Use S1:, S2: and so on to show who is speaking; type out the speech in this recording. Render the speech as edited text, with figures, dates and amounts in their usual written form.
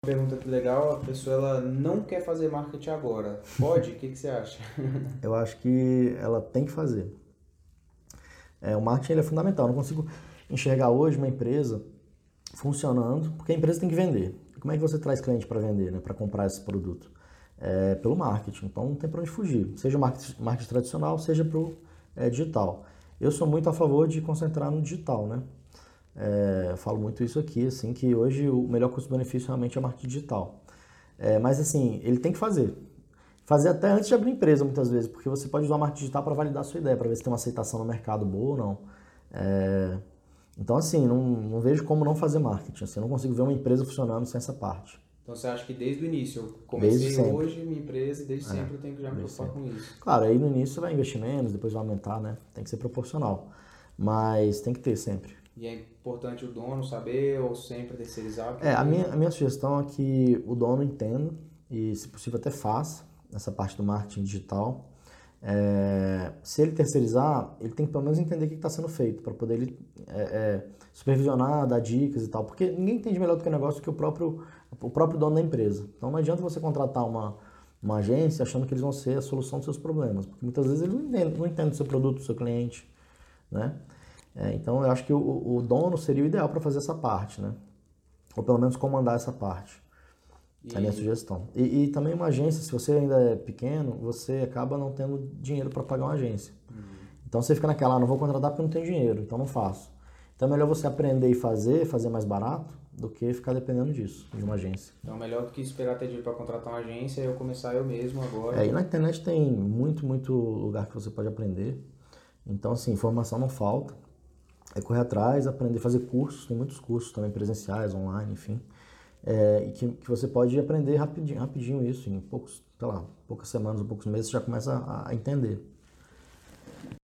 S1: Pergunta que legal, a pessoa ela não quer fazer marketing agora. Pode? O que você acha?
S2: Eu acho que ela tem que fazer. O marketing ele é fundamental. Eu não consigo enxergar hoje uma empresa funcionando, porque a empresa tem que vender. Como é que você traz cliente para vender, né, para comprar esse produto? Pelo marketing. Então não tem para onde fugir. Seja o marketing tradicional, seja para o digital. Eu sou muito a favor de concentrar no digital, né? Eu falo muito isso aqui, assim, que hoje o melhor custo-benefício realmente é o marketing digital. Mas assim, ele tem que fazer. Fazer até antes de abrir empresa, muitas vezes, porque você pode usar o marketing digital para validar a sua ideia, para ver se tem uma aceitação no mercado boa ou não. É, Então, assim, não vejo como não fazer marketing. Assim, eu não consigo ver uma empresa funcionando sem essa parte.
S1: Então você acha que desde o início, eu
S2: Desde
S1: comecei
S2: sempre.
S1: hoje minha empresa e desde sempre eu tenho que já me
S2: Desde
S1: preocupar
S2: sempre.
S1: com isso.
S2: Claro, aí no início você vai investir menos, depois vai aumentar, né? Tem que ser proporcional. Mas tem que ter sempre.
S1: E é importante o dono saber ou sempre terceirizar,
S2: A minha,
S1: porque
S2: a minha sugestão é que o dono entenda e, se possível, até faça essa parte do marketing digital. Se ele terceirizar, ele tem que pelo menos entender o que está sendo feito para poder ele supervisionar, dar dicas e tal, porque ninguém entende melhor do que o negócio que o próprio dono da empresa. Então não adianta você contratar uma agência achando que eles vão ser a solução dos seus problemas, porque muitas vezes eles não entendem o seu produto, o seu cliente, né? Então eu acho que o dono seria o ideal para fazer essa parte, né? Ou pelo menos comandar essa parte. É a minha
S1: e
S2: sugestão. E também uma agência, se você ainda é pequeno, você acaba não tendo dinheiro para pagar uma agência. Então você fica naquela, não vou contratar porque não tenho dinheiro, então não faço. Então é melhor você aprender e fazer mais barato, do que ficar dependendo disso, de uma agência.
S1: então melhor do que esperar ter dinheiro para contratar uma agência, eu começar eu mesmo agora.
S2: E na internet tem muito, muito lugar que você pode aprender. Então, assim, informação não falta. É correr atrás, aprender, fazer cursos, tem muitos cursos também presenciais, online, enfim. E que você pode aprender rapidinho, rapidinho isso, em poucos, sei lá, poucas semanas ou poucos meses, você já começa a entender.